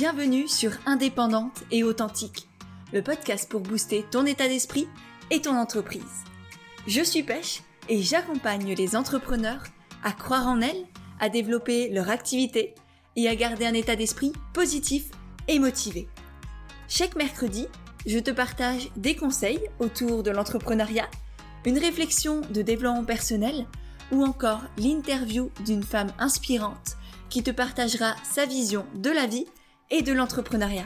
Bienvenue sur Indépendante et Authentique, le podcast pour booster ton état d'esprit et ton entreprise. Je suis Pêche et j'accompagne les entrepreneurs à croire en elles, à développer leur activité et à garder un état d'esprit positif et motivé. Chaque mercredi, je te partage des conseils autour de l'entrepreneuriat, une réflexion de développement personnel ou encore l'interview d'une femme inspirante qui te partagera sa vision de la vie et de l'entrepreneuriat.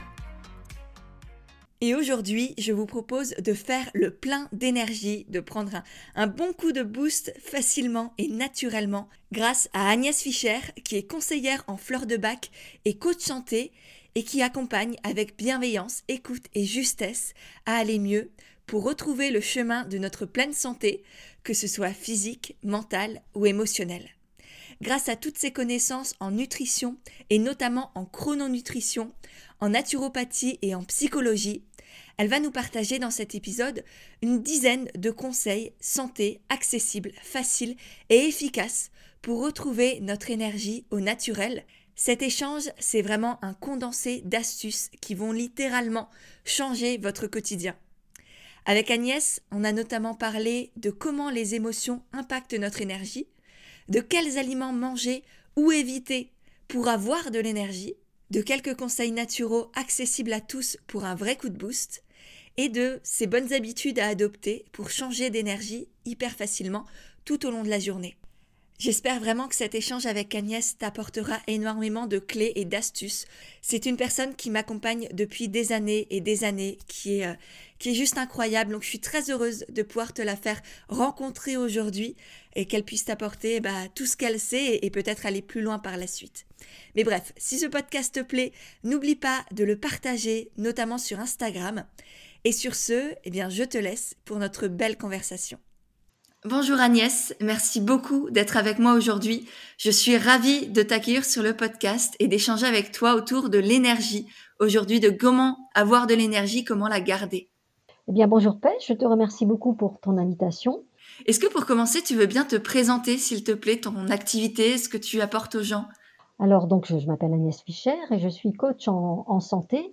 Et aujourd'hui, je vous propose de faire le plein d'énergie, de prendre un bon coup de boost facilement et naturellement grâce à Agnès Fischer, qui est conseillère en fleurs de bac et coach santé et qui accompagne avec bienveillance, écoute et justesse à aller mieux pour retrouver le chemin de notre pleine santé, que ce soit physique, mentale ou émotionnelle. Grâce à toutes ses connaissances en nutrition et notamment en chrononutrition, en naturopathie et en psychologie, elle va nous partager dans cet épisode une dizaine de conseils santé accessibles, faciles et efficaces pour retrouver notre énergie au naturel. Cet échange, c'est vraiment un condensé d'astuces qui vont littéralement changer votre quotidien. Avec Agnès, on a notamment parlé de comment les émotions impactent notre énergie, de quels aliments manger ou éviter pour avoir de l'énergie, de quelques conseils naturaux accessibles à tous pour un vrai coup de boost, et de ces bonnes habitudes à adopter pour changer d'énergie hyper facilement tout au long de la journée. J'espère vraiment que cet échange avec Agnès t'apportera énormément de clés et d'astuces. C'est une personne qui m'accompagne depuis des années et des années, qui est juste incroyable. Donc je suis très heureuse de pouvoir te la faire rencontrer aujourd'hui et qu'elle puisse t'apporter tout ce qu'elle sait et peut-être aller plus loin par la suite. Mais bref, si ce podcast te plaît, n'oublie pas de le partager, notamment sur Instagram. Et sur ce, je te laisse pour notre belle conversation. Bonjour Agnès, merci beaucoup d'être avec moi aujourd'hui. Je suis ravie de t'accueillir sur le podcast et d'échanger avec toi autour de l'énergie. Aujourd'hui, de comment avoir de l'énergie, comment la garder. Bonjour Pêche, je te remercie beaucoup pour ton invitation. Est-ce que pour commencer, tu veux bien te présenter, s'il te plaît, ton activité, ce que tu apportes aux gens? Alors donc je m'appelle Agnès Fischer et je suis coach en santé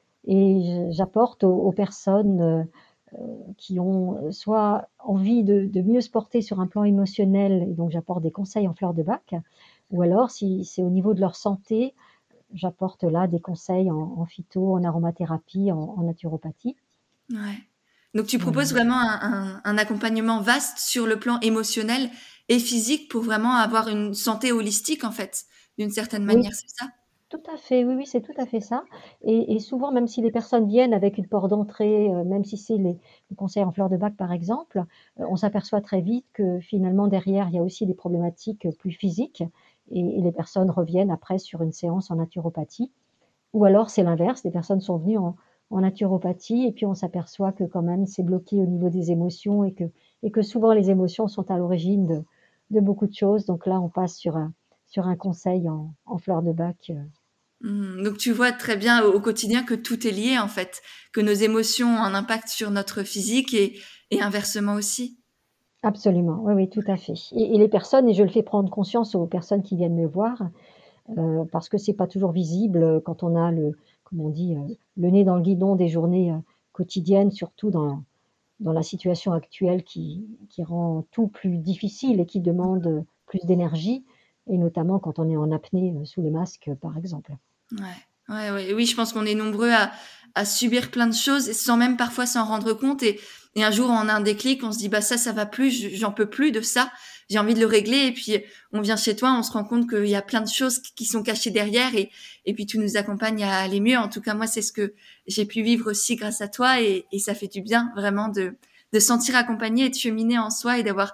et j'apporte aux personnes qui ont soit envie de mieux se porter sur un plan émotionnel, et donc j'apporte des conseils en fleurs de bac, ou alors si c'est au niveau de leur santé, j'apporte là des conseils en phyto, en aromathérapie, en naturopathie. Ouais. Donc tu Voilà. proposes vraiment un accompagnement vaste sur le plan émotionnel et physique pour vraiment avoir une santé holistique en fait, d'une certaine Oui, manière, c'est ça? tout à fait, oui, oui, c'est tout à fait ça, et souvent, même si les personnes viennent avec une porte d'entrée, même si c'est les conseils en fleurs de bac, par exemple, on s'aperçoit très vite que finalement derrière, il y a aussi des problématiques, plus physiques, et les personnes reviennent après sur une séance en naturopathie. Ou alors c'est l'inverse, les personnes sont venues en naturopathie et puis on s'aperçoit que quand même c'est bloqué au niveau des émotions, et que souvent les émotions sont à l'origine de beaucoup de choses. Donc là, on passe sur un conseil en fleurs de bac. Donc tu vois très bien au quotidien que tout est lié en fait, que nos émotions ont un impact sur notre physique et inversement aussi. Absolument, oui, oui, tout à fait, et les personnes, et je le fais prendre conscience aux personnes qui viennent me voir, parce que c'est pas toujours visible, quand on a comme on dit, le nez dans le guidon des journées, quotidiennes, surtout dans la situation actuelle qui rend tout plus difficile et qui demande, plus d'énergie, et notamment quand on est en apnée, sous les masques, par exemple. Ouais, oui, je pense qu'on est nombreux à subir plein de choses sans même parfois s'en rendre compte et un jour on a un déclic, on se dit ça va plus, j'en peux plus de ça, j'ai envie de le régler et puis on vient chez toi, on se rend compte qu'il y a plein de choses qui sont cachées derrière et puis tu nous accompagnes à aller mieux. En tout cas moi c'est ce que j'ai pu vivre aussi grâce à toi et ça fait du bien vraiment de se sentir accompagné et de cheminer en soi et d'avoir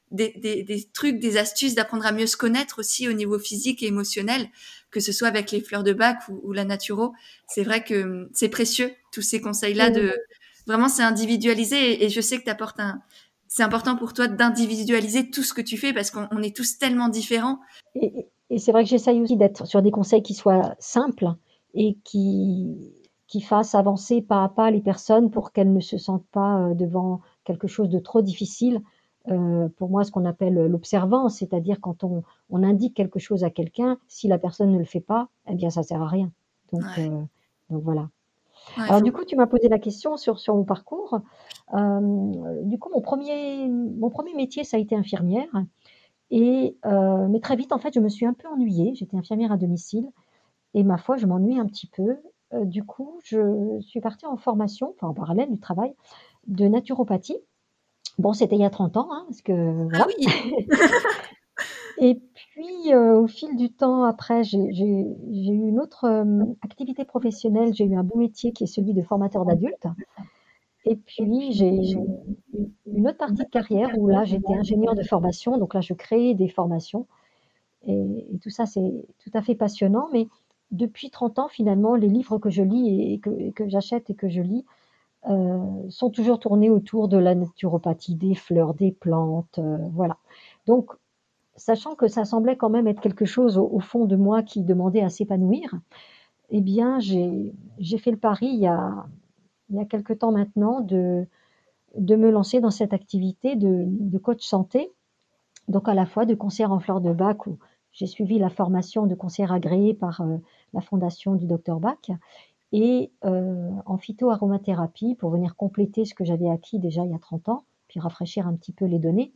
des trucs, des astuces, d'apprendre à mieux se connaître aussi au niveau physique et émotionnel, que ce soit avec les fleurs de bac ou la naturo. C'est vrai que c'est précieux, tous ces conseils-là Mmh. de, vraiment, c'est individualisé et je sais que c'est important pour toi d'individualiser tout ce que tu fais parce qu'on est tous tellement différents. Et c'est vrai que j'essaye aussi d'être sur des conseils qui soient simples et qui fassent avancer pas à pas les personnes pour qu'elles ne se sentent pas, devant quelque chose de trop difficile. Pour moi, ce qu'on appelle l'observance, c'est-à-dire quand on indique quelque chose à quelqu'un, si la personne ne le fait pas, eh bien ça sert à rien. Donc, Ouais, heu, donc voilà. ouais, Alors faut du coup, tu m'as posé la question sur mon parcours. Du coup, mon premier métier, ça a été infirmière mais très vite, en fait, je me suis un peu ennuyée. J'étais infirmière à domicile et ma foi, je m'ennuie un petit peu. Du coup, je suis partie en formation, enfin en parallèle du travail, de naturopathie. Bon, c'était il y a 30 ans, hein, parce que ah voilà. oui! Et puis, au fil du temps, après, j'ai eu une autre, activité professionnelle. J'ai eu un beau métier qui est celui de formateur d'adultes. Et puis j'ai une autre partie de carrière où là, j'étais ingénieure de formation, donc là, je créais des formations et tout ça, c'est tout à fait passionnant. Mais depuis 30 ans, finalement, les livres que je lis et que j'achète et que je lis, sont toujours tournés autour de la naturopathie, des fleurs, des plantes, voilà. Donc sachant que ça semblait quand même être quelque chose au fond de moi qui demandait à s'épanouir, eh bien j'ai fait le pari il y a quelque temps maintenant de me lancer dans cette activité de coach santé, donc à la fois de conseillère en fleurs de Bach où j'ai suivi la formation de conseillère agréée par, la fondation du docteur Bach et en phytoaromathérapie pour venir compléter ce que j'avais acquis déjà il y a 30 ans, puis rafraîchir un petit peu les données.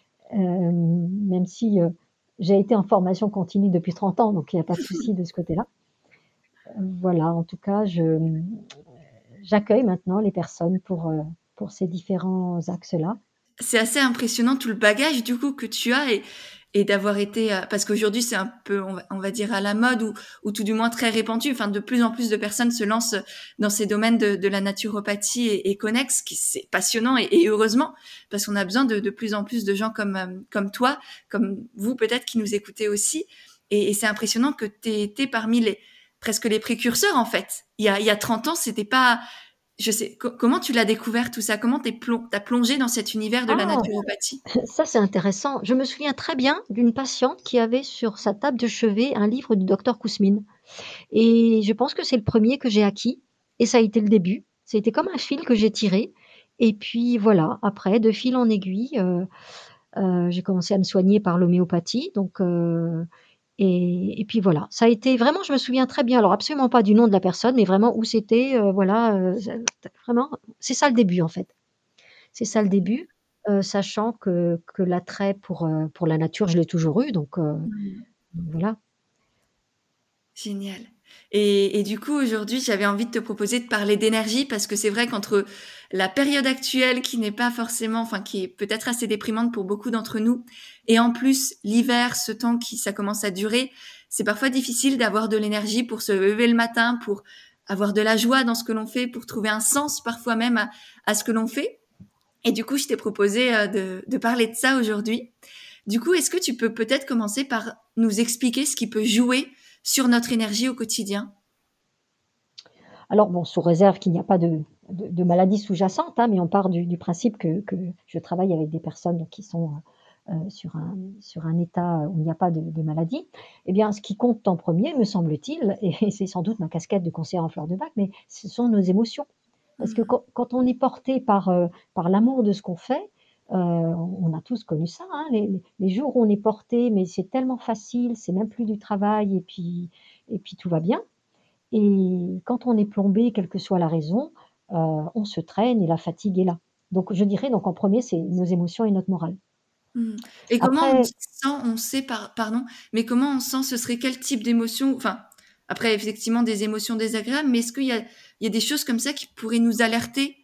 Même si, j'ai été en formation continue depuis 30 ans, donc il y a pas de souci de ce côté-là. Voilà, en tout cas, j'accueille maintenant les personnes pour ces différents axes-là. C'est assez impressionnant tout le bagage du coup que tu as et d'avoir été, parce qu'aujourd'hui c'est un peu on va dire à la mode ou tout du moins très répandu. Enfin de plus en plus de personnes se lancent dans ces domaines de la naturopathie et connexes, qui c'est passionnant et heureusement parce qu'on a besoin de plus en plus de gens comme toi, comme vous peut-être qui nous écoutez aussi et c'est impressionnant que tu été parmi les presque les précurseurs en fait. Il y a 30 ans, c'était pas je sais. Comment tu l'as découvert tout ça? Comment t'as plongé dans cet univers de la Ah! naturopathie? Ça, c'est intéressant. Je me souviens très bien d'une patiente qui avait sur sa table de chevet un livre du docteur Kousmine et je pense que c'est le premier que j'ai acquis et ça a été le début. Ça a été comme un fil que j'ai tiré et puis voilà, après de fil en aiguille, j'ai commencé à me soigner par l'homéopathie et puis voilà. Ça a été vraiment je me souviens très bien, alors absolument pas du nom de la personne, mais vraiment où c'était, voilà, vraiment c'est ça le début, en fait. C'est ça le début, sachant que l'attrait pour la nature, je l'ai toujours eu Mmh. voilà. Génial. Et du coup, aujourd'hui, j'avais envie de te proposer de parler d'énergie parce que c'est vrai qu'entre la période actuelle qui n'est pas forcément, enfin, qui est peut-être assez déprimante pour beaucoup d'entre nous, et en plus l'hiver, ce temps qui ça commence à durer, c'est parfois difficile d'avoir de l'énergie pour se lever le matin, pour avoir de la joie dans ce que l'on fait, pour trouver un sens parfois même à ce que l'on fait. Et du coup, je t'ai proposé de parler de ça aujourd'hui. Du coup, est-ce que tu peux peut-être commencer par nous expliquer ce qui peut jouer sur notre énergie au quotidien? Alors bon, sous réserve qu'il n'y a pas de maladie sous-jacente, hein, mais on part du principe que je travaille avec des personnes qui sont, sur un état où il n'y a pas de maladie. Eh bien, ce qui compte en premier, me semble-t-il, et c'est sans doute ma casquette de conseillère en fleurs de bac, mais ce sont nos émotions. Parce que Mmh. quand on est porté par l'amour de ce qu'on fait, on a tous connu ça, hein, les jours où on est porté, mais c'est tellement facile, c'est même plus du travail et puis tout va bien. Et quand on est plombé, quelle que soit la raison, on se traîne et la fatigue est là. Donc je dirais donc en premier c'est nos émotions et notre morale. Mmh. Et comment on Après sent, on sait pardon, mais comment on sent, ce serait quel type d'émotion? Enfin, après effectivement des émotions désagréables, mais est-ce qu'il y a des choses comme ça qui pourraient nous alerter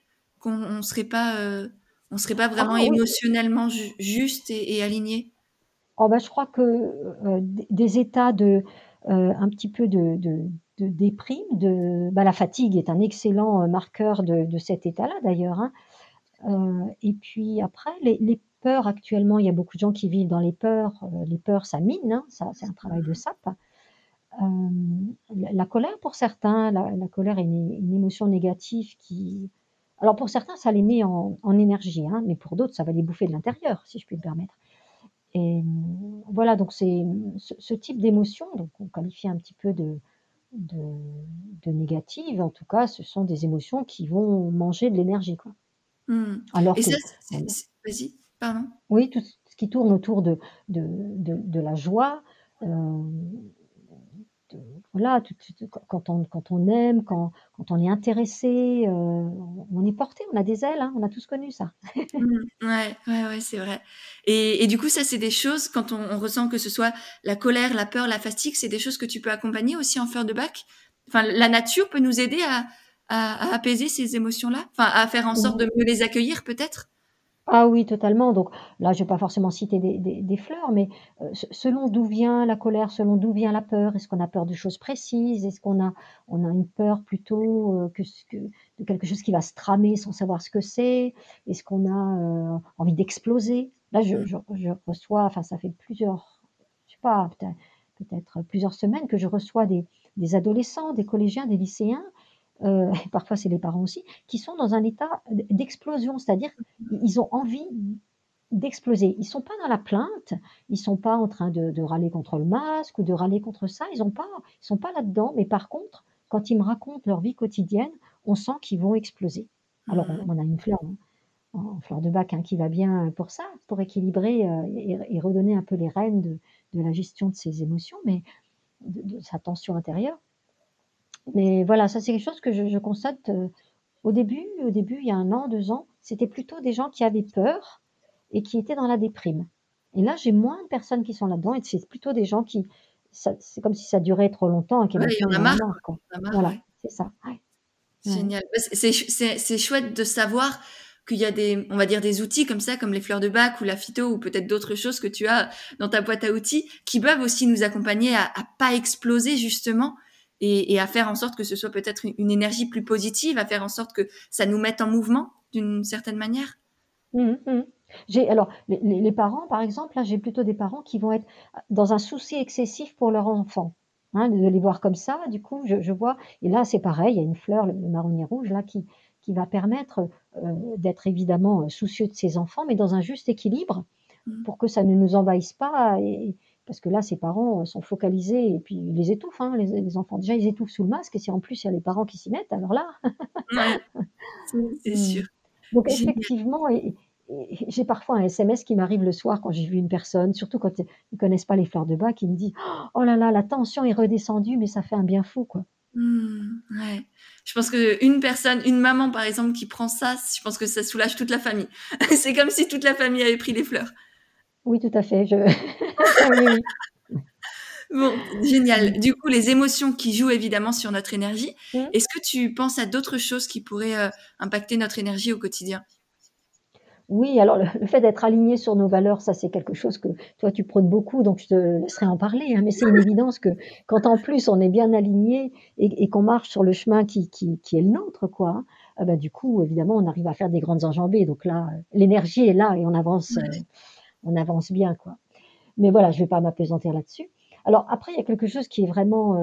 qu'on serait pas vraiment ah oui, émotionnellement juste et alignés? oh bah, je crois que, des états un petit peu de déprime, la fatigue est un excellent, marqueur de cet état-là d'ailleurs, hein. Et puis après les peurs actuellement, il y a beaucoup de gens qui vivent dans les peurs ça mine, hein, ça c'est un travail de sape. La colère pour certains, la colère est une émotion négative qui alors pour certains ça les met en énergie, hein, mais pour d'autres ça va les bouffer de l'intérieur, si je puis me permettre. Et voilà donc c'est, ce type d'émotion donc on qualifie un petit peu de de négative, en tout cas ce sont des émotions qui vont manger de l'énergie, quoi. Mmh. Alors Et que, ça, heu, vas-y, pardon? oui, tout ce qui tourne autour de la joie, hem de voilà, quand on aime, quand on est intéressé, on est porté, on a des ailes, hein, on a tous connu ça. Ouais, ouais, ouais, c'est vrai et du coup, ça, c'est des choses quand on ressent que ce soit la colère, la peur, la fatigue, c'est des choses que tu peux accompagner aussi en fleur de bac? Enfin, la nature peut nous aider à apaiser ces émotions-là? Enfin, à faire en sorte de mieux les accueillir peut-être? Ah oui, totalement. Donc là, je vais pas forcément citer des fleurs, mais selon d'où vient la colère, selon d'où vient la peur. Est-ce qu'on a peur de choses précises? Est-ce qu'on a une peur plutôt, que de quelque chose qui va se tramer sans savoir ce que c'est? Est-ce qu'on a, envie d'exploser? Là, Mmh. je reçois, enfin, ça fait plusieurs, je sais pas, peut-être plusieurs semaines que je reçois des adolescents, des collégiens, des lycéens, parfois c'est les parents aussi, qui sont dans un état d'explosion. C'est-à-dire, ils ont envie d'exploser. Ils sont pas dans la plainte, ils sont pas en train de râler contre le masque ou de râler contre ça, ils sont pas là-dedans, mais par contre, quand ils me racontent leur vie quotidienne, on sent qu'ils vont exploser. Alors Mmh. on a une fleur, hein, en fleur de bac, hein, qui va bien pour ça, pour équilibrer, et redonner un peu les rênes de la gestion de ses émotions, mais de sa tension intérieure. Mais voilà, ça c'est quelque chose que je constate, au début, il y a 1 an, 2 ans, c'était plutôt des gens qui avaient peur et qui étaient dans la déprime. Et là, j'ai moins de personnes qui sont là-dedans et c'est plutôt des gens qui c'est comme si ça durait trop longtemps et que Ouais, il y maintenant en a il y en a marre, marre, quoi. quoi. Il y en a marre, Voilà, ouais. c'est ça. Ouais, ouais. Génial. Bah, c'est chouette de savoir qu'il y a des on va dire des outils comme ça, comme les fleurs de bac ou la phyto ou peut-être d'autres choses que tu as dans ta boîte à outils, qui peuvent aussi nous accompagner à pas exploser justement et à faire en sorte que ce soit peut-être une énergie plus positive, à faire en sorte que ça nous mette en mouvement d'une certaine manière? Mmh mh, mmh. J'ai alors les parents, par exemple, là, j'ai plutôt des parents qui vont être dans un souci excessif pour leur enfant, hein, de les voir comme ça, du coup, je vois et là, c'est pareil, il y a une fleur, le marronnier rouge, là, qui va permettre, d'être évidemment, soucieux de ses enfants, mais dans un juste équilibre Mmh. pour que ça ne nous envahisse pas et parce que là, ces parents, sont focalisés et puis ils les étouffent, hein, les enfants. Déjà, ils étouffent sous le masque et si en plus il y a les parents qui s'y mettent, alors là. Ouais, c'est sûr. Mmh. Donc Génial. effectivement et j'ai parfois un SMS qui m'arrive le soir quand j'ai vu une personne, surtout quand ils connaissent pas les fleurs de bac, qui me dit: «Oh là là, la tension est redescendue, mais ça fait un bien fou, quoi». Ouais. Je pense qu'une personne, une maman par exemple qui prend ça, je pense que ça soulage toute la famille. C'est comme si toute la famille avait pris les fleurs. Oui, tout à fait, je oui, oui. Bon, génial. Mmh. Du coup, les émotions qui jouent évidemment sur notre énergie. Mmh. Est-ce que tu penses à d'autres choses qui pourraient, impacter notre énergie au quotidien? Oui, alors le fait d'être aligné sur nos valeurs, ça c'est quelque chose que toi tu prônes beaucoup, donc je te laisserai en parler, hein, mais c'est une évidence que quand en plus on est bien aligné et qu'on marche sur le chemin qui est le nôtre quoi, hein, ah bah, du coup évidemment on arrive à faire des grandes enjambées, donc là, l'énergie est là et on avance bien quoi. Mais voilà, je ne vais pas m'appesantir là-dessus. Alors après, il y a quelque chose qui est vraiment,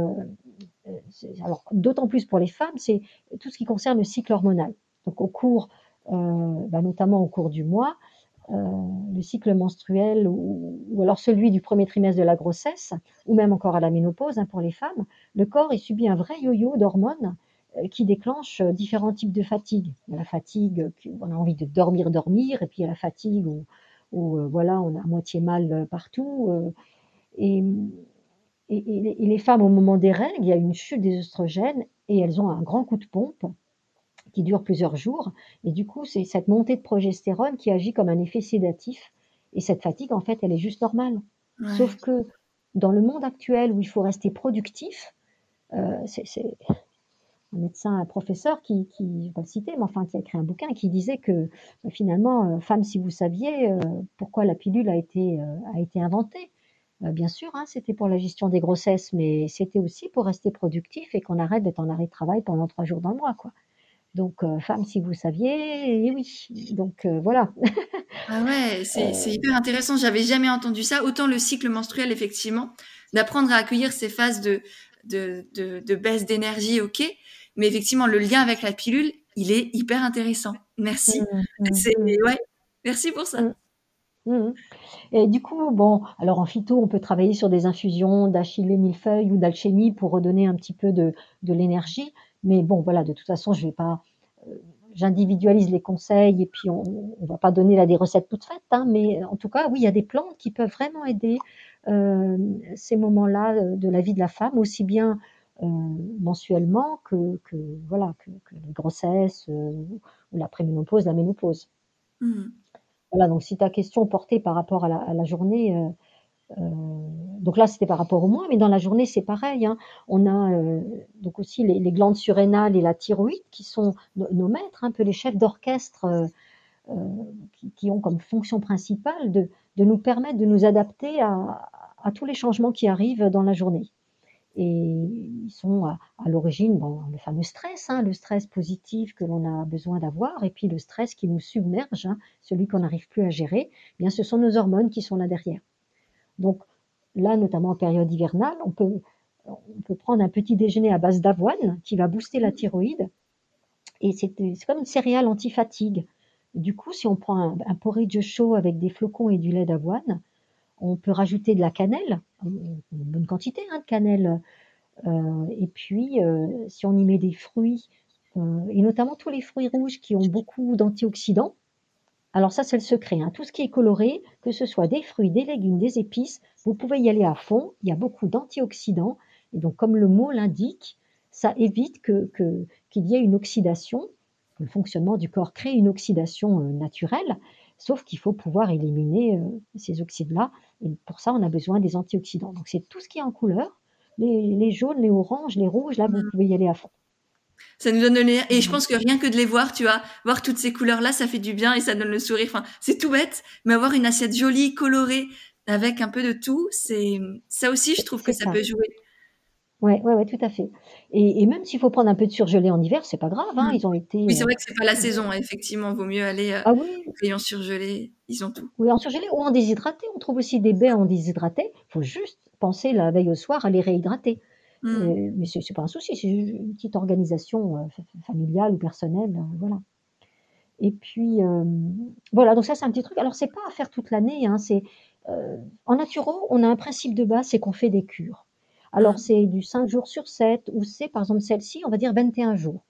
alors d'autant plus pour les femmes, c'est tout ce qui concerne le cycle hormonal. Donc au cours, notamment au cours du mois, heu, le cycle menstruel ou alors celui du premier trimestre de la grossesse ou même encore à la ménopause, hein, pour les femmes, le corps, il subit un vrai yo-yo d'hormones, qui déclenche, différents types de fatigue. Il y a la fatigue, qui on a envie de dormir, dormir et puis il y a la fatigue où, voilà, on a à moitié mal, partout, et mmh et les femmes, au moment des règles, il y a une chute des oestrogènes et elles ont un grand coup de pompe qui dure plusieurs jours et du coup, c'est cette montée de progestérone qui agit comme un effet sédatif et cette fatigue, en fait, elle est juste normale. Sauf Ouais. que dans le monde actuel où il faut rester productif, c'est un médecin, un professeur qui je vais pas le citer, mais enfin qui a écrit un bouquin et qui disait que, finalement, «Femmes, si vous saviez, pourquoi la pilule a été inventée». Bien sûr, hein, c'était pour la gestion des grossesses, mais c'était aussi pour rester productif et qu'on arrête d'être en arrêt de travail pendant 3 jours dans le mois, quoi. Donc femmes, si vous saviez, et oui, donc voilà. Ah ouais, c'est Heu, hyper intéressant. J'avais jamais entendu ça. Autant le cycle menstruel, effectivement, d'apprendre à accueillir ces phases de baisse d'énergie, OK, mais effectivement, le lien avec la pilule, il est hyper intéressant. Merci. mmh, mmh, C'est mmh, ouais, merci pour ça. mmh, mmh mh. Et du coup, bon, alors en phyto, on peut travailler sur des infusions d'achillée millefeuille ou d'alchimie pour redonner un petit peu de l'énergie. Mais bon, voilà, de toute façon, je vais pas, heu, j'individualise les conseils et puis on va pas donner là des recettes toutes faites, hein, mais en tout cas, oui, il y a des plantes qui peuvent vraiment aider, ces moments-là, de la vie de la femme, aussi bien, mensuellement que voilà, que les grossesses, ou la préménopause, la ménopause. Mmh. Voilà, donc si ta question portait par rapport à la journée, Heu, donc là, c'était par rapport au mois, mais dans la journée, c'est pareil, hein. On a, donc aussi les glandes surrénales et la thyroïde qui sont nos maîtres, un peu les chefs d'orchestre, qui ont comme fonction principale de nous permettre de nous adapter à tous les changements qui arrivent dans la journée et ils sont à l'origine, bon, le fameux stress, hein, le stress positif que l'on a besoin d'avoir et puis le stress qui nous submerge, hein, celui qu'on n'arrive plus à gérer, eh bien ce sont nos hormones qui sont là derrière. Donc là, notamment en période hivernale, on peut prendre un petit déjeuner à base d'avoine qui va booster la thyroïde et c'est comme une céréale anti-fatigue. Du coup, si on prend un porridge chaud avec des flocons et du lait d'avoine, on peut rajouter de la cannelle, une bonne quantité, hein, de cannelle, et puis, si on y met des fruits, et notamment tous les fruits rouges qui ont beaucoup d'antioxydants. Alors ça, c'est le secret, hein. Tout ce qui est coloré, que ce soit des fruits, des légumes, des épices, vous pouvez y aller à fond. Il y a beaucoup d'antioxydants et donc comme le mot l'indique, ça évite qu'il y ait une oxydation. Le fonctionnement du corps crée une oxydation, naturelle, sauf qu'il faut pouvoir éliminer, ces oxydes-là et pour ça, on a besoin des antioxydants. Donc c'est tout ce qui est en couleur, les jaunes, les oranges, les rouges, là, vous Mmh. pouvez y aller à fond. Ça nous donne le nez et je Mmh. pense que rien que de les voir, tu vois, voir toutes ces couleurs-là, ça fait du bien et ça donne le sourire. Enfin, c'est tout bête, mais avoir une assiette jolie, colorée, avec un peu de tout, c'est ça aussi, je trouve que C'est ça ça. peut jouer. Ouais, ouais, ouais, tout à fait et même s'il faut prendre un peu de surgelé en hiver, c'est pas grave, hein, Mmh. ils ont été, Oui, c'est vrai que c'est pas la saison, hein, effectivement, vaut mieux aller, ah oui, au rayon surgelé, ils ont tout. oui, en surgelé ou en déshydraté. On trouve aussi des baies en déshydraté. Il faut juste penser la veille au soir à les réhydrater, Mmh. mais c'est pas un souci, c'est juste une petite organisation, familiale ou personnelle, voilà et puis, voilà, donc ça, c'est un petit truc. Alors c'est pas à faire toute l'année, hein, en naturo, on a un principe de base, c'est qu'on fait des cures. Alors Mmh. c'est du 5 jours sur 7 ou c'est par exemple celle-ci, on va dire 21 jours.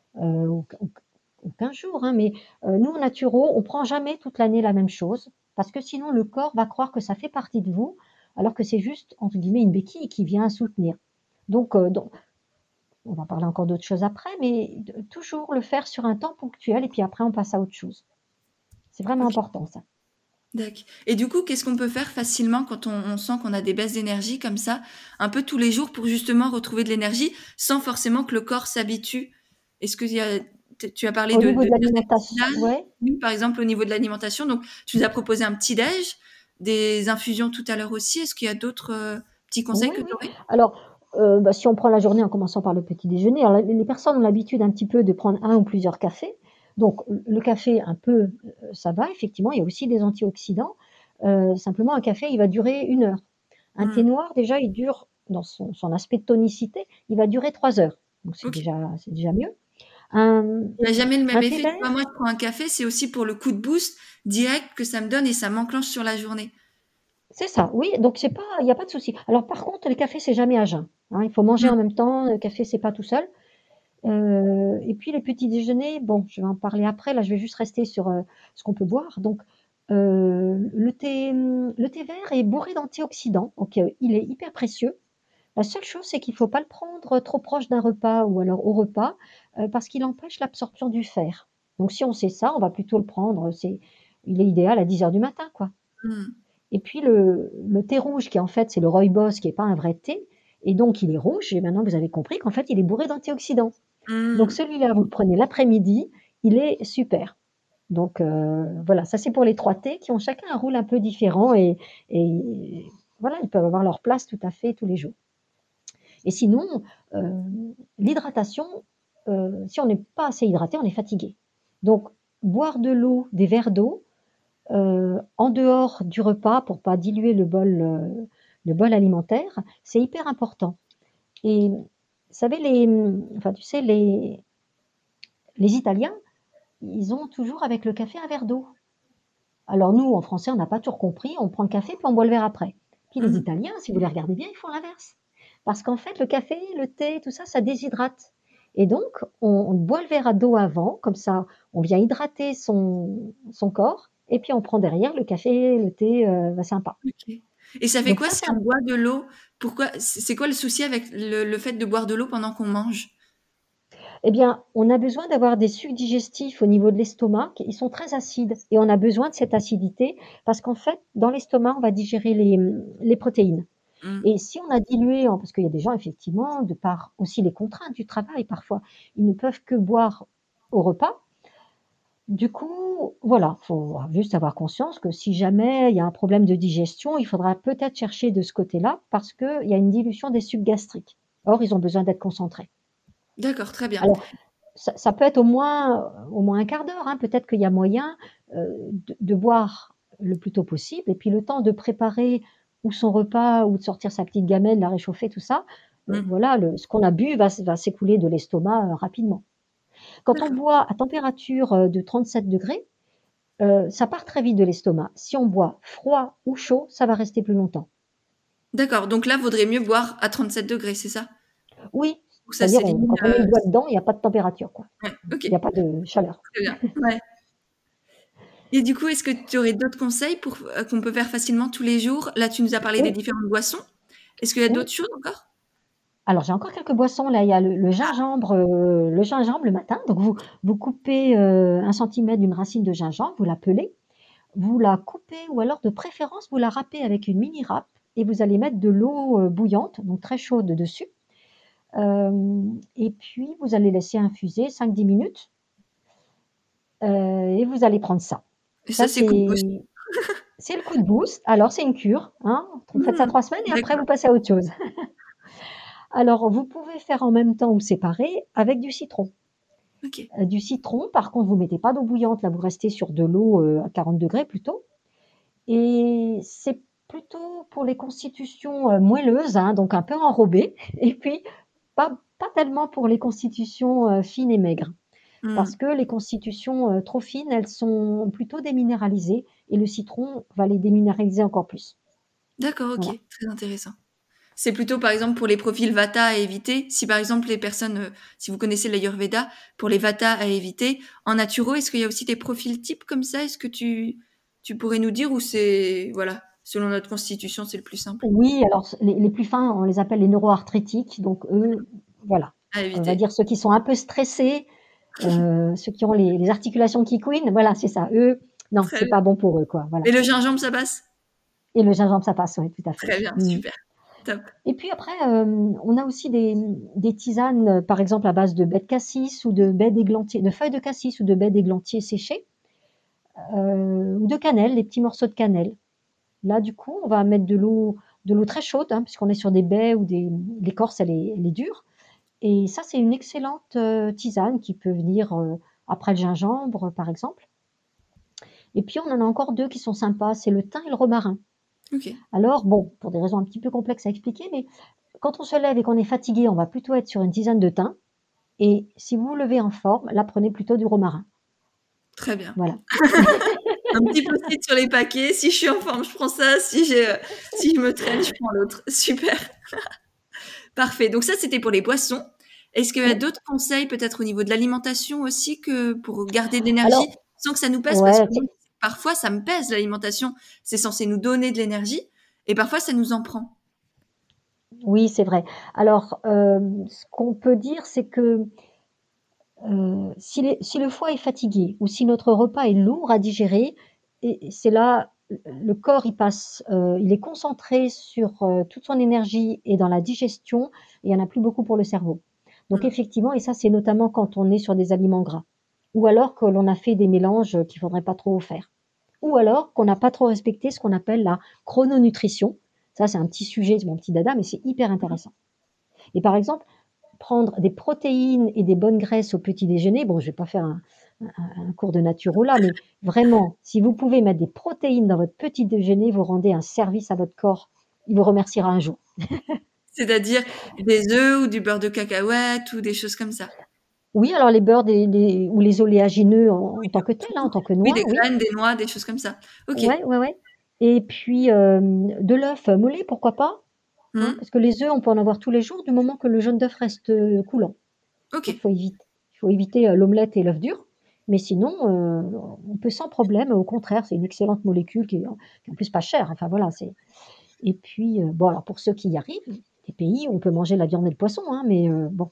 Ou 15 jours, hein, mais nous en naturo, on prend jamais toute l'année la même chose parce que sinon le corps va croire que ça fait partie de vous, alors que c'est juste entre guillemets «une béquille» qui vient soutenir. Donc on va parler encore d'autres choses après, mais toujours le faire sur un temps ponctuel et puis après on passe à autre chose. C'est vraiment OK, important ça. dac et du coup, qu'est-ce qu'on peut faire facilement quand on sent qu'on a des baisses d'énergie comme ça, un peu tous les jours pour justement retrouver de l'énergie, sans forcément que le corps s'habitue? Est-ce qu'il y a tu as parlé Au niveau de de certaines l'alimentation, tisanes, ouais, oui, par exemple au niveau de l'alimentation, donc tu nous as proposé un petit déj, des infusions tout à l'heure aussi. Est-ce qu'il y a d'autres, petits conseils oui, que oui. tu aurais? Alors, bah, si on prend la journée en commençant par le petit déjeuner, alors les personnes ont l'habitude un petit peu de prendre un ou plusieurs cafés. Donc le café un peu, ça va effectivement, il y a aussi des antioxydants. Simplement un café, il va durer 1 heure. Un thé Mmh, noir déjà, il dure dans son aspect de tonicité, il va durer 3 heures. Donc OK. c'est déjà mieux. Un Il y a jamais le même un thé effet. Tu vert vois, moi, je prends un café, c'est aussi pour le coup de boost direct que ça me donne et ça m'enclenche sur la journée. c'est ça, oui, donc c'est pas il y a pas de souci. Alors par contre, les cafés, c'est jamais à jeun, hein, il faut manger Mmh, en même temps, le café, c'est pas tout seul. Et puis les petits déjeuners, bon, je vais en parler après, là, je vais juste rester sur, ce qu'on peut boire. Donc, le thé vert est bourré d'antioxydants, donc il est hyper précieux. La seule chose, c'est qu'il ne faut pas le prendre trop proche d'un repas ou alors au repas, parce qu'il empêche l'absorption du fer. Donc si on sait ça, on va plutôt le prendre, il est idéal à 10 heures du matin, quoi. mmh, Et puis le thé rouge qui, en fait, c'est le rooibos qui est pas un vrai thé et donc il est rouge et maintenant vous avez compris qu'en fait, il est bourré d'antioxydants. Donc mmh. celui-là, vous le prenez l'après-midi, il est super. Donc voilà, ça c'est pour les 3 thés qui ont chacun un rôle un peu différent et voilà, ils peuvent avoir leur place tout à fait tous les jours. Et sinon, l'hydratation, si on n'est pas assez hydraté, on est fatigué. Donc boire de l'eau, des verres d'eau, en dehors du repas pour pas diluer le bol alimentaire, c'est hyper important. Et vous savez enfin tu sais les Italiens, ils ont toujours avec le café un verre d'eau. Alors nous, en français, on n'a pas toujours compris, on prend le café puis on boit le verre après. Puis les Mmh. Italiens, si vous les regardez bien, ils font l'inverse. Parce qu'en fait, le café, le thé, tout ça, ça déshydrate. Et donc, on boit le verre à d'eau avant, comme ça, on vient hydrater son corps, et puis on prend derrière le café, le thé, sympa. OK. Et ça fait Donc quoi ça, si c'est on boit de l'eau? Pourquoi c'est quoi le souci avec le fait de boire de l'eau pendant qu'on mange? eh bien, on a besoin d'avoir des sucs digestifs au niveau de l'estomac, ils sont très acides et on a besoin de cette acidité parce qu'en fait, dans l'estomac, on va digérer les protéines. Mmh. Et si on a dilué, parce qu'il y a des gens effectivement, de par aussi les contraintes du travail parfois, ils ne peuvent que boire au repas. Du coup, voilà, faut juste avoir conscience que si jamais il y a un problème de digestion, il faudra peut-être chercher de ce côté-là parce qu'il y a une dilution des sucs gastriques. Or, ils ont besoin d'être concentrés. D'accord, très bien. Alors, ça peut être au moins un quart d'heure, hein. Peut-être qu'il y a moyen, de boire le plus tôt possible et puis le temps de préparer ou son repas ou de sortir sa petite gamelle, la réchauffer, tout ça, Mmh. voilà, ce qu'on a bu va s'écouler de l'estomac, rapidement. Quand on D'accord. boit à température, de 37°, ça part très vite de l'estomac. Si on boit froid ou chaud, ça va rester plus longtemps. D'accord, donc là, vaudrait mieux boire à 37°, c'est ça? Oui, Pour que ça c'est-à-dire s'élimine, quand on met le doigt dedans, il y a pas de température, quoi. ouais, OK, Il y a pas de chaleur. très bien. Ouais. Et du coup, est-ce que tu aurais d'autres conseils pour qu'on peut faire facilement tous les jours? Là, tu nous as parlé des Oui, différentes boissons. Est-ce qu'il y a oui. d'autres choses encore? Alors j'ai encore quelques boissons là, il y a le gingembre le matin, donc vous coupez, 1 centimètre d'une racine de gingembre, vous la pelez, vous la coupez ou alors de préférence vous la râpez avec une mini râpe et vous allez mettre de l'eau, bouillante, donc très chaude dessus, et puis vous allez laisser infuser 5-10 minutes, et vous allez prendre ça. Et Ça ça, c'est coup de boost. c'est le coup de boost. Alors c'est une cure, hein, vous faites ça Mmh. 3 semaines et après D'accord, vous passez à autre chose. Alors vous pouvez faire en même temps ou séparer avec du citron. OK. Du citron, par contre, vous mettez pas d'eau bouillante, là, vous restez sur de l'eau, à 40° plutôt et c'est plutôt pour les constitutions, moelleuses, hein, donc un peu enrobées et puis pas tellement pour les constitutions, fines et maigres. Mmh. Parce que les constitutions, trop fines, elles sont plutôt déminéralisées et le citron va les déminéraliser encore plus. D'accord, OK, Voilà. très intéressant. C'est plutôt, par exemple, pour les profils Vata à éviter. Si, par exemple, les personnes, si vous connaissez l'Ayurveda, pour les Vata à éviter, en naturo, est-ce qu'il y a aussi des profils types comme ça? Est-ce que tu pourrais nous dire ou c'est voilà, selon notre constitution, c'est le plus simple Oui, alors les plus fins, on les appelle les neuroarthritiques, donc eux, voilà. à On va éviter? dire ceux qui sont un peu stressés, ceux qui ont les articulations qui couinent, voilà, c'est ça. Eux, non, Très c'est bien. pas bon pour eux, quoi, voilà. Et le gingembre, ça passe? Et le gingembre, ça passe, oui, tout à fait. Très bien, Mmh. super, top. Et puis après, on a aussi des tisanes, par exemple à base de baies de cassis ou de baies d'églantier, de feuilles de cassis ou de baies d'églantier séchées, ou de cannelle, des petits morceaux de cannelle. Là, du coup, on va mettre de l'eau très chaude, hein, puisqu'on est sur des baies ou l'écorce, elle est dure. Et ça, c'est une excellente, tisane qui peut venir, après le gingembre, par exemple. Et puis, on en a encore 2 qui sont sympas, c'est le thym et le romarin. OK. Alors bon, pour des raisons un petit peu complexes à expliquer, mais quand on se lève et qu'on est fatigué, on va plutôt être sur une tisane de thym et si vous vous levez en forme, là, prenez plutôt du romarin. Très bien. Voilà. Un petit post-it sur les paquets. Si je suis en forme, je prends ça. Si je me traîne, je prends l'autre. Super. Parfait. Donc ça, c'était pour les boissons. Est-ce qu'il y a Oui. d'autres conseils, peut-être au niveau de l'alimentation aussi, que pour garder de l'énergie Alors sans que ça nous pèse? Parce ouais, que moi, parfois, ça me pèse l'alimentation. C'est censé nous donner de l'énergie et parfois, ça nous en prend. oui, c'est vrai. Alors, ce qu'on peut dire, c'est que, si le foie est fatigué ou si notre repas est lourd à digérer et c'est là, le corps il est concentré sur, toute son énergie et dans la digestion et il y en a plus beaucoup pour le cerveau. Donc Mmh. effectivement et ça, c'est notamment quand on est sur des aliments gras ou alors que l'on a fait des mélanges, qu'il faudrait pas trop faire ou alors qu'on n'a pas trop respecté ce qu'on appelle la chrononutrition. Ça, c'est un petit sujet, c'est mon petit dada, mais c'est hyper intéressant et par exemple, prendre des protéines et des bonnes graisses au petit déjeuner, bon, je vais pas faire un cours de naturo là, mais vraiment, si vous pouvez mettre des protéines dans votre petit déjeuner, vous rendez un service à votre corps. Il vous remerciera un jour. C'est-à-dire des œufs ou du beurre de cacahuète ou des choses comme ça? Oui, alors les beurres ou les oléagineux en tant que tels, hein, en Tout. tant que Oui, noix, des oui. graines, des noix, des choses comme ça. OK. Ouais, ouais, ouais et puis, de l'œuf mollé, pourquoi pas, hein, Mmh. parce que les œufs, on peut en avoir tous les jours du moment que le jaune d'œuf reste, coulant. Ok. Il faut éviter l'omelette et l'œuf dur, mais sinon, on peut sans problème. Au contraire, c'est une excellente molécule qui est en plus pas chère. Enfin voilà, c'est et puis, bon alors pour ceux qui y arrivent, des pays où on peut manger la viande et le poisson, hein, mais bon,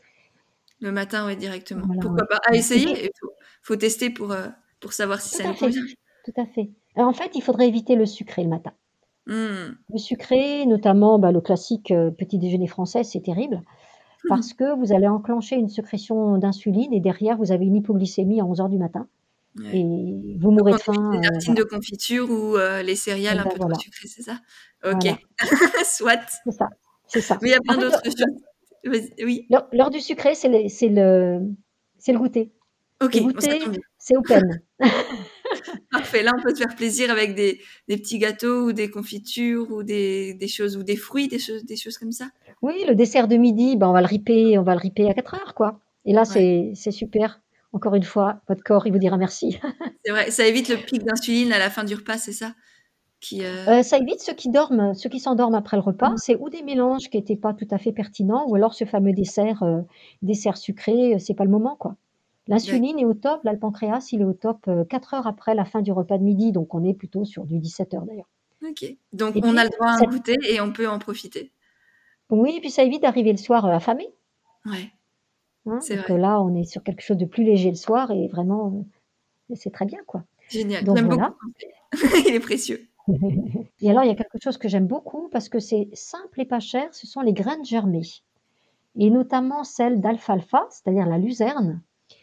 Le matin, ouais, directement. voilà, Pourquoi ouais, pas? À ouais et puis essayer. Il faut tester pour savoir si tout ça à nous fait, convient. tout à fait. Alors en fait, il faudrait éviter le sucré le matin. Hmm. Le sucré, notamment, le classique, petit déjeuner français, c'est terrible parce que vous allez enclencher une sécrétion d'insuline et derrière vous avez une hypoglycémie à 11 heures du matin Ouais. et vous Donc mourrez on de évite les faim, tartines voilà. de confiture ou les céréales Et un ben peu trop voilà, sucrées, c'est ça? OK. voilà, Soit. c'est ça, c'est ça. Mais il y a En plein fait, d'autres choses. Vas-y, oui? l'heure du sucré, c'est le goûter. OK, Le bon ça tombe goûter, bien. c'est open. Parfait, là on peut se faire plaisir avec des petits gâteaux ou des confitures ou des choses ou des fruits, des choses comme ça? Oui, le dessert de midi, on va le ripper à 4 heures, quoi. Et là, Ouais, c'est super. Encore une fois, votre corps, il vous dira merci. c'est vrai, ça évite le pic d'insuline à la fin du repas, c'est ça? Qui, Ça évite ceux qui s'endorment après le repas, mmh, c'est ou des mélanges qui étaient pas tout à fait pertinents ou alors ce fameux dessert sucré, c'est pas le moment, quoi. d'acc L'insuline est au top, là, le pancréas, il est au top, 4 heures après la fin du repas de midi, donc on est plutôt sur du 17 heures d'ailleurs. OK. Donc Et on a puis le droit à un ça goûter et on peut en profiter. oui, et puis ça évite d'arriver le soir, affamé, Ouais, hein, c'est donc vrai. là, on est sur quelque chose de plus léger le soir et vraiment, c'est très bien, quoi. Génial. Donc J'aime beaucoup voilà. ton conseil. Il est précieux. Et alors il y a quelque chose que j'aime beaucoup parce que c'est simple et pas cher, ce sont les graines germées et notamment celles d'alfalfa, c'est-à-dire la luzerne.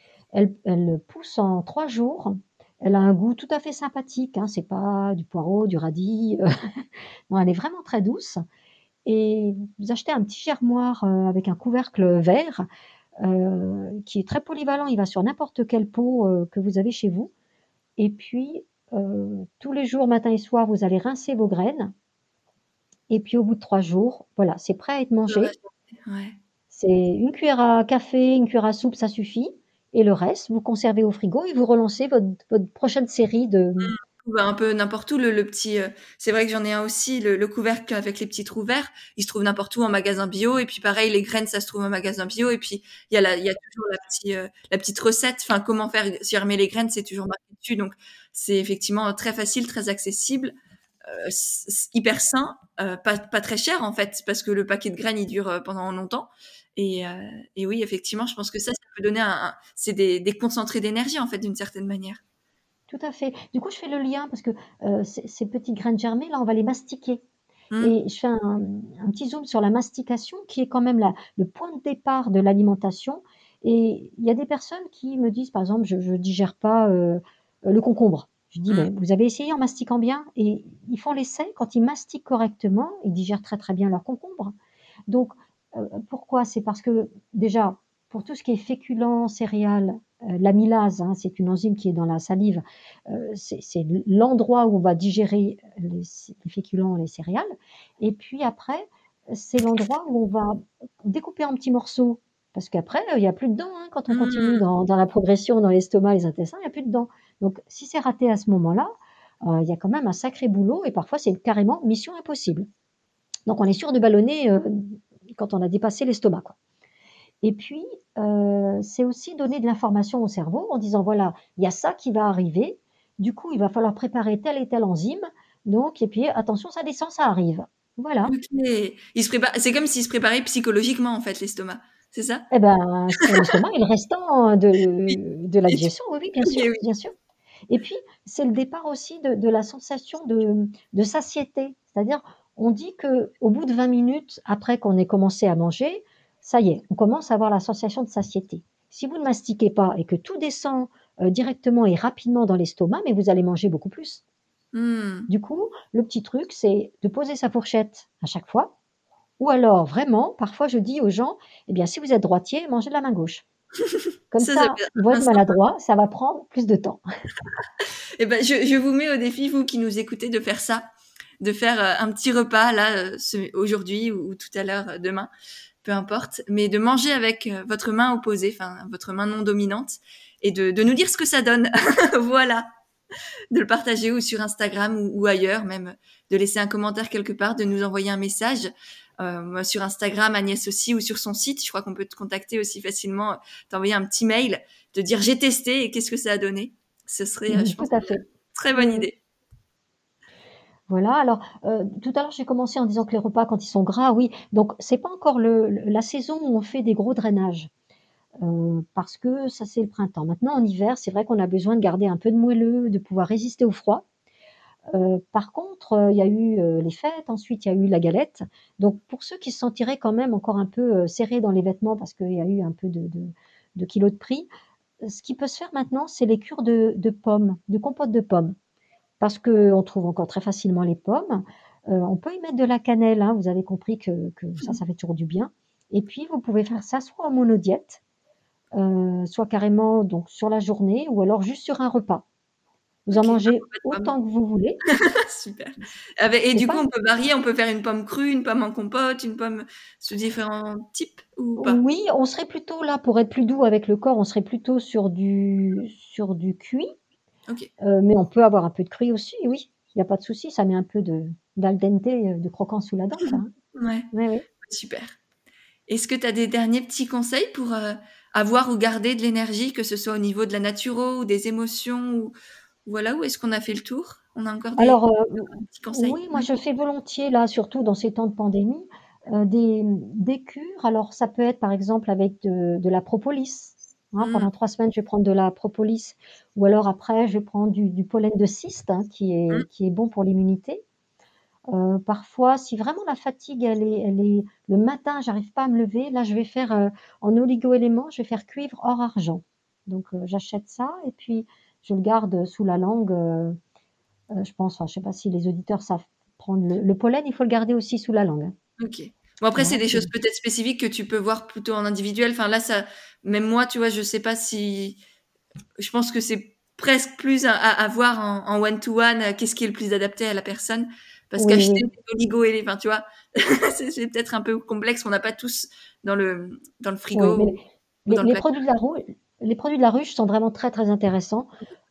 Elle pousse en 3 jours. Elle a un goût tout à fait sympathique, hein, c'est pas du poireau, du radis, non, elle est vraiment très douce et vous achetez un petit germoir, avec un couvercle vert, qui est très polyvalent. Il va sur n'importe quel pot, que vous avez chez vous et puis, tous les jours, matin et soir, vous allez rincer vos graines et puis au bout de 3 jours, voilà, c'est prêt à être On peut mangé. réchauffer. Ouais. C'est une cuillère à café, une cuillère à soupe, ça suffit et le reste, vous conservez au frigo et vous relancez votre prochaine série de Bah, un peu n'importe où le petit, c'est vrai que j'en ai un aussi, le couvercle avec les petits trous verts, il se trouve n'importe où en magasin bio et puis pareil les graines ça se trouve en magasin bio et puis il y a toujours la petite recette, enfin comment faire germer les graines, c'est toujours marqué dessus donc c'est effectivement très facile, très accessible, hyper sain, pas très cher en fait parce que le paquet de graines il dure, pendant longtemps et heu et oui effectivement je pense que ça peut donner un c'est des concentrés d'énergie en fait d'une certaine manière. tout à fait. Du coup, je fais le lien parce que, ces petites graines germées là, on va les mastiquer Mmh. et je fais un petit zoom sur la mastication qui est quand même la le point de départ de l'alimentation et il y a des personnes qui me disent, par exemple: «Je digère pas, le concombre». Je dis: Mmh. «Mais vous avez essayé en mastiquant bien?» et ils font l'essai, quand ils mastiquent correctement, ils digèrent très, très bien leur concombre. Donc, pourquoi? C'est parce que déjà, pour tout ce qui est féculents, céréales, l'amylase, hein, c'est une enzyme qui est dans la salive, c'est l'endroit où on va digérer les féculents, les céréales et puis après, c'est l'endroit où on va découper en petits morceaux parce qu'après, il y a plus de dents, hein, quand on continue Mmh. dans la progression dans l'estomac, les intestins, il y a plus de dents. Donc si c'est raté à ce moment-là, il y a quand même un sacré boulot et parfois c'est carrément mission impossible. Donc on est sûr de ballonner, quand on a dépassé l'estomac, quoi. Et puis, c'est aussi donner de l'information au cerveau en disant: «Voilà, il y a ça qui va arriver, du coup, il va falloir préparer telle et telle enzyme, donc et puis attention, ça descend, ça arrive». Voilà. OK. Il se prépare c'est comme s'il se préparait psychologiquement, en fait, l'estomac, c'est ça? Et ben, pour l'estomac et le restant Oui. de la digestion, oui, oui, bien OK, sûr, oui. bien sûr. Et puis, c'est le départ aussi de la sensation de satiété. C'est-à-dire, on dit qu'au bout de 20 minutes après qu'on ait commencé à manger, ça y est, on commence à avoir la sensation de satiété. Si vous ne mastiquez pas et que tout descend, directement et rapidement dans l'estomac, mais vous allez manger beaucoup plus. Mmh. Du coup, le petit truc, c'est de poser sa fourchette à chaque fois ou alors vraiment, parfois je dis aux gens: «Eh bien, si vous êtes droitier, mangez de la main gauche». Comme Ça ça, peut ils vont un être sympa maladroits, ça va prendre plus de temps. et ben, je vous mets au défi, vous qui nous écoutez, de faire ça, de faire, un petit repas là, aujourd'hui ou tout à l'heure, demain, peu importe, mais de manger avec, votre main opposée, enfin, votre main non dominante et de nous dire ce que ça donne. Voilà. de le partager ou sur Instagram ou ailleurs, même de laisser un commentaire quelque part, de nous envoyer un message. Sur Instagram, Agnès aussi, ou sur son site, je crois qu'on peut te contacter aussi facilement, t'envoyer un petit mail, te dire j'ai testé et qu'est-ce que ça a donné. Ce serait, je Tout pense, à une fait. très bonne Oui, oui. idée. Voilà, alors, tout à l'heure, j'ai commencé en disant que les repas, quand ils sont gras, oui, donc c'est pas encore la saison où on fait des gros drainages, parce que ça, c'est le printemps. Maintenant, en hiver, c'est vrai qu'on a besoin de garder un peu de moelleux, de pouvoir résister au froid. Par contre, il y a eu, les fêtes, ensuite il y a eu la galette. Donc pour ceux qui se sentiraient quand même encore un peu, serrés dans les vêtements parce qu'il y a eu un peu de kilos de pris, ce qui peut se faire maintenant, c'est les cures de pommes, de compote de pommes. Parce qu'on trouve encore très facilement les pommes. On peut y mettre de la cannelle, hein, vous avez compris que ça fait toujours du bien. Et puis vous pouvez faire ça soit en monodiète, soit carrément donc sur la journée ou alors juste sur un repas. Vous en Ok, un mangez repas de pommes. autant que vous voulez. Super. Et C'est du coup, pas on peut varier, on peut faire une pomme crue, une pomme en compote, une pomme sous différents types ou pas? Oui, on serait plutôt là, pour être plus doux avec le corps, on serait plutôt sur du cuit, Ok. mais on peut avoir un peu de cuit aussi, oui. Il y a pas de souci, ça met un peu d'al dente, de croquant sous la dent, quoi, hein. Ouais, Oui, oui. super. Est-ce que tu as des derniers petits conseils pour avoir ou garder de l'énergie, que ce soit au niveau de la naturo ou des émotions ou voilà, ou est-ce qu'on a fait le tour? On a encore des Alors, petits conseils? oui, moi je fais volontiers là, surtout dans ces temps de pandémie, des cures. Alors ça peut être par exemple avec de la propolis, hein. Mmh. Pendant 3 semaines, je vais prendre de la propolis ou alors après je vais prendre du pollen de cyste, hein, Mmh. qui est bon pour l'immunité. Parfois, si vraiment la fatigue, elle est le matin, j'arrive pas à me lever, là je vais faire, en oligo-éléments, je vais faire cuivre or argent. Donc, j'achète ça et puis je le garde sous la langue, je pense, enfin, je sais pas si les auditeurs savent prendre le pollen, il faut le garder aussi sous la langue, hein. OK. Bon après c'est Voilà, des c'est choses peut-être spécifiques que tu peux voir plutôt en individuel. Enfin là ça même moi, tu vois, je sais pas si je pense que c'est presque plus à voir en one to one, qu'est-ce qui est le plus adapté à la personne. Parce oui, qu'acheter oui, des oligo et les enfin, tu vois? C'est peut-être un peu complexe, on n'a pas tous dans le oui, frigo mais ou les dans le les placard. produits de la rou les produits de la ruche sont vraiment très, très intéressants.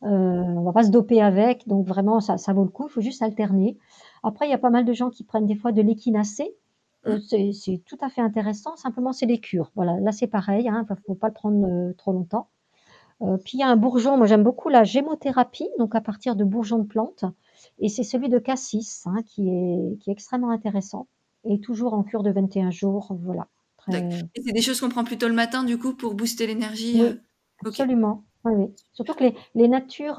On va pas se doper avec, donc vraiment ça vaut le coup, il faut juste alterner. Après, il y a pas mal de gens qui prennent des fois de l'échinacée, Mmh. c'est tout à fait intéressant, simplement c'est des cures. Voilà, là c'est pareil, hein, faut pas le prendre, trop longtemps. Puis il y a un bourgeon, moi j'aime beaucoup la gémothérapie, donc à partir de bourgeons de plantes et c'est celui de cassis, hein, qui est extrêmement intéressant et toujours en cure de 21 jours, voilà, D'acc très et c'est des choses qu'on prend plutôt le matin du coup pour booster l'énergie, oui, OK. absolument, oui, oui. Surtout que les natures,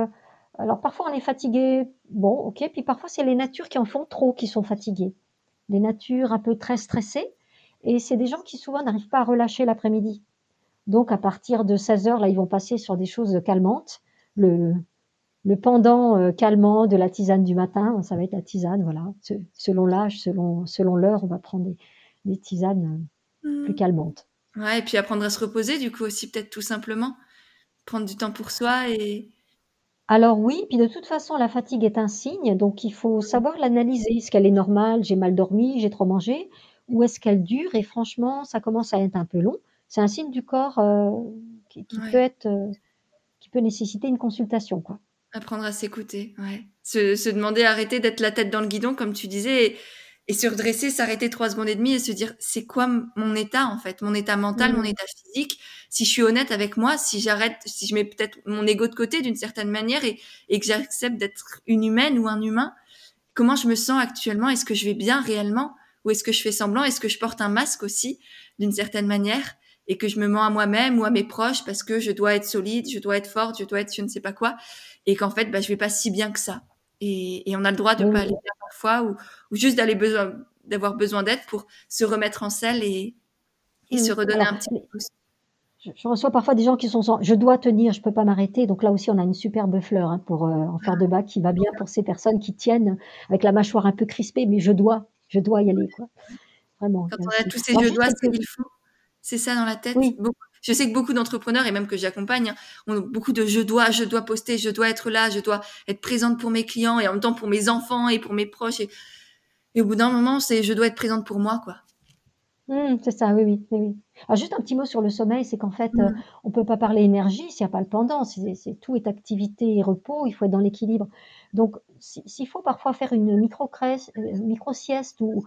alors parfois on est fatigué, bon OK, puis parfois c'est les natures qui en font trop qui sont fatiguées. Des natures un peu très stressées et c'est des gens qui souvent n'arrivent pas à relâcher l'après-midi. Donc à partir de 16 heures, là, ils vont passer sur des choses calmantes. Le le pendant, calmant de la tisane du matin, ça va être la tisane, voilà. Selon l'âge, selon l'heure, on va prendre des tisanes, plus Mmh. calmantes. Ouais et puis apprendre à se reposer du coup aussi peut-être tout simplement. Prendre du temps pour soi et Alors oui, puis de toute façon, la fatigue est un signe, donc il faut savoir l'analyser. Est-ce qu'elle est normale? J'ai mal dormi, j'ai trop mangé? Ou est-ce qu'elle dure et franchement, ça commence à être un peu long? C'est un signe du corps, qui peut ouais, être, qui peut nécessiter une consultation, quoi. apprendre à s'écouter, ouais. Se demander, arrêter d'être la tête dans le guidon comme tu disais et se redresser, s'arrêter 3 secondes et demie et se dire: «C'est quoi mon état en fait? Mon état mental, mon Mmh. état physique?» Si je suis honnête avec moi, si j'arrête, si je mets peut-être mon ego de côté d'une certaine manière et que j'accepte d'être une humaine ou un humain, comment je me sens actuellement? Est-ce que je vais bien réellement? Ou est-ce que je fais semblant? Est-ce que je porte un masque aussi, d'une certaine manière? Et que je me mens à moi-même ou à mes proches parce que je dois être solide, je dois être forte, je dois être je ne sais pas quoi. Et qu'en fait, bah, je vais pas si bien que ça. Et on a le droit de Oui, pas oui. aller bien parfois ou juste d'avoir besoin d'aide pour se remettre en selle et se Mmh. redonner Alors, un petit les boost. je reçois parfois des gens qui sont sans: «Je dois tenir, je peux pas m'arrêter», donc là aussi, on a une superbe fleur, hein, pour, en fleur de bac qui va bien pour ces personnes qui tiennent avec la mâchoire un peu crispée, mais je dois y aller, quoi. Vraiment, Quand il y a on a aussi tous ces alors «je juste dois», c'est quelques «il faut». C'est ça dans la tête. oui, Beaucoup je sais que beaucoup d'entrepreneurs et même que j'accompagne, hein, ont beaucoup de je dois poster, je dois être là, je dois être présente pour mes clients et en même temps pour mes enfants et pour mes proches et au bout d'un moment, c'est je dois être présente pour moi, quoi. C'est ça, oui, oui, oui, oui. Alors juste un petit mot sur le sommeil, c'est qu'en fait, Mmh. on peut pas parler énergie s'il y a pas le pendant. C'est tout est activité et repos, il faut être dans l'équilibre. Donc s'il faut parfois faire une micro-sieste ou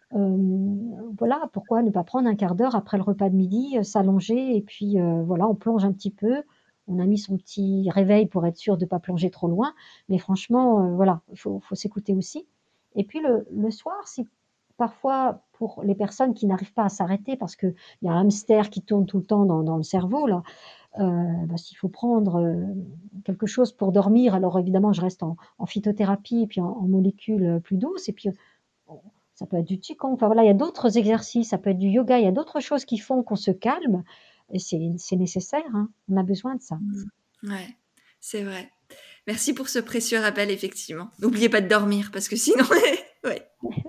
voilà, pourquoi ne pas prendre un quart d'heure après le repas de midi, s'allonger et puis, voilà, on plonge un petit peu. On a mis son petit réveil pour être sûr de pas plonger trop loin, mais franchement, voilà, il faut s'écouter aussi et puis le soir, si parfois pour les personnes qui n'arrivent pas à s'arrêter parce qu'il y a un hamster qui tourne tout le temps dans le cerveau là, s'il faut prendre, quelque chose pour dormir, alors évidemment je reste en phytothérapie et puis en molécules, plus douces et puis, on ça peut être du qigong, enfin voilà, il y a d'autres exercices, ça peut être du yoga, il y a d'autres choses qui font qu'on se calme et c'est nécessaire, hein. On a besoin de ça. Mmh. Ouais, c'est vrai. Merci pour ce précieux rappel, effectivement. N'oubliez pas de dormir parce que sinon ouais,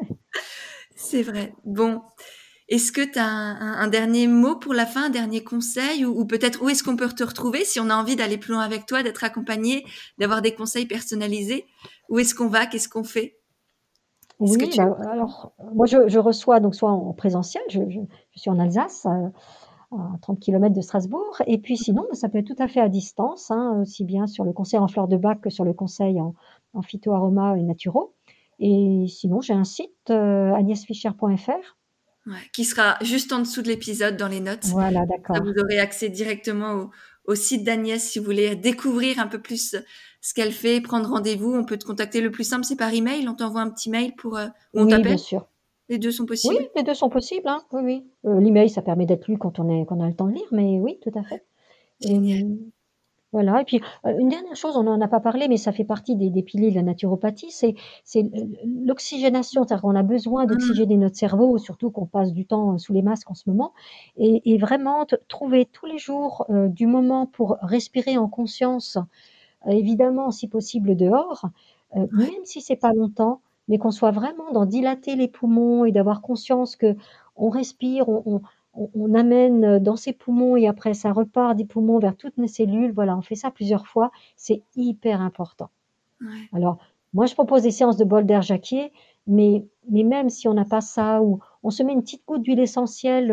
c'est vrai. Bon, est-ce que tu as un dernier mot pour la fin, un dernier conseil ou peut-être où est-ce qu'on peut te retrouver si on a envie d'aller plus loin avec toi, d'être accompagné, d'avoir des conseils personnalisés? Où est-ce qu'on va? Qu'est-ce qu'on fait? Est-ce que Oui, tu bah, alors, moi je reçois donc soit en présentiel, je suis en Alsace, à 30 kilomètres de Strasbourg et puis sinon, bah, ça peut être tout à fait à distance, hein, aussi bien sur le conseil en fleurs de bac que sur le conseil en phytoaromas et naturaux et sinon j'ai un site, agnesfischer.fr. ouais, qui sera juste en dessous de l'épisode dans les notes. Voilà, Ça, vous d'accord. aurez accès directement au site d'Agnès si vous voulez découvrir un peu plus ce qu'elle fait, prendre rendez-vous. On peut te contacter le plus simple, c'est par email. On t'envoie un petit mail pour, ou on Oui, bien t'appelle. sûr. Les deux sont Oui, possibles. les 2 sont possibles, hein. Oui, oui. L'email, ça permet d'être lu quand on a le temps de lire, mais oui, tout à fait. Génial. Voilà et puis, une dernière chose, on n'en a pas parlé, mais ça fait partie des piliers de la naturopathie, c'est l'oxygénation. C'est-à-dire qu'on a besoin Mmh. d'oxygéner notre cerveau, surtout qu'on passe du temps, sous les masques en ce moment et vraiment trouver tous les jours, du moment pour respirer en conscience, évidemment si possible dehors, Ouais. même si c'est pas longtemps, mais qu'on soit vraiment dans dilater les poumons et d'avoir conscience qu'on respire, on amène, dans ses poumons et après ça repart des poumons vers toutes nos cellules. Voilà, on fait ça plusieurs fois, c'est hyper important. Ouais. Alors, moi je propose des séances de bol d'air Jacquier, mais même si on n'a pas ça ou on se met une petite goutte d'huile essentielle,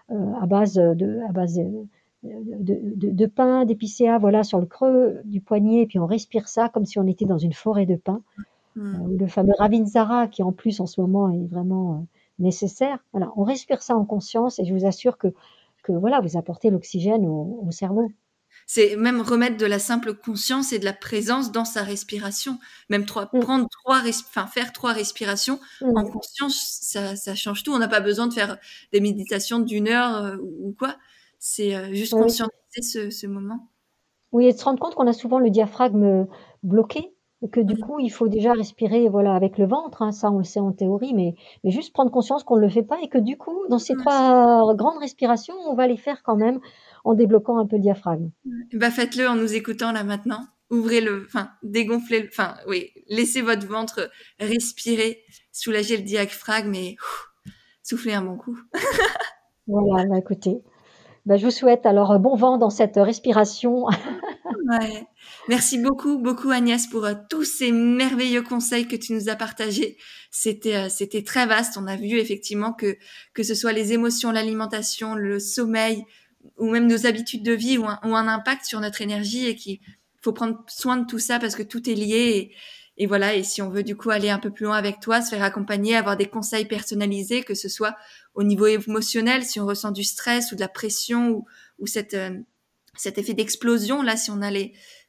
à base de pin, d'épicéa, voilà, sur le creux du poignet et puis on respire ça comme si on était dans une forêt de pins, Mmh. ou le fameux Ravintsara qui en plus en ce moment est vraiment, nécessaire. Voilà, on respire ça en conscience et je vous assure que voilà, vous apportez l'oxygène au cerveau. C'est même remettre de la simple conscience et de la présence dans sa respiration. Même Mmh, faire 3 respirations en mmh. conscience, ça change tout. On n'a pas besoin de faire des méditations d'une heure, ou quoi. C'est, juste Oui, oui. conscientiser ce moment. Oui et de se rendre compte qu'on a souvent le diaphragme, bloqué et que du Mmh. coup, il faut déjà respirer, voilà, avec le ventre, hein, ça on le sait en théorie, mais juste prendre conscience qu'on ne le fait pas et que du coup, dans ces Ouais. 3 grandes respirations, on va les faire quand même en débloquant un peu le diaphragme. Bah, faites-le en nous écoutant là maintenant. Dégonflez oui, laissez votre ventre respirer, soulager le diaphragme et soufflez un bon coup. Voilà, bah, écoutez, bah, je vous souhaite alors, bon vent dans cette respiration. Ouais. Merci beaucoup, beaucoup Agnès pour, tous ces merveilleux conseils que tu nous as partagés. C'était très vaste. On a vu effectivement que ce soit les émotions, l'alimentation, le sommeil ou même nos habitudes de vie ont un impact sur notre énergie et qu'il faut prendre soin de tout ça parce que tout est lié et voilà. Et si on veut du coup aller un peu plus loin avec toi, se faire accompagner, avoir des conseils personnalisés, que ce soit au niveau émotionnel, si on ressent du stress ou de la pression ou cet effet d'explosion là, si on a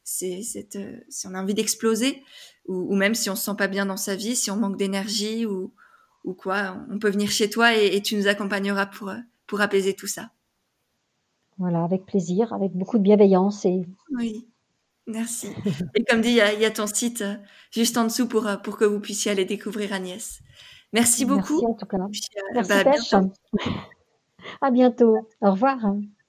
si on a envie d'exploser ou même si on se sent pas bien dans sa vie, si on manque d'énergie ou quoi, on peut venir chez toi et tu nous accompagneras pour apaiser tout ça. Voilà, avec plaisir, avec beaucoup de bienveillance et Oui, merci. Et comme dit, il y a ton site juste en dessous pour que vous puissiez aller découvrir Agnès. Merci beaucoup. merci en tout cas. Puis, Merci bah, à pêche. bientôt. À bientôt. Au revoir.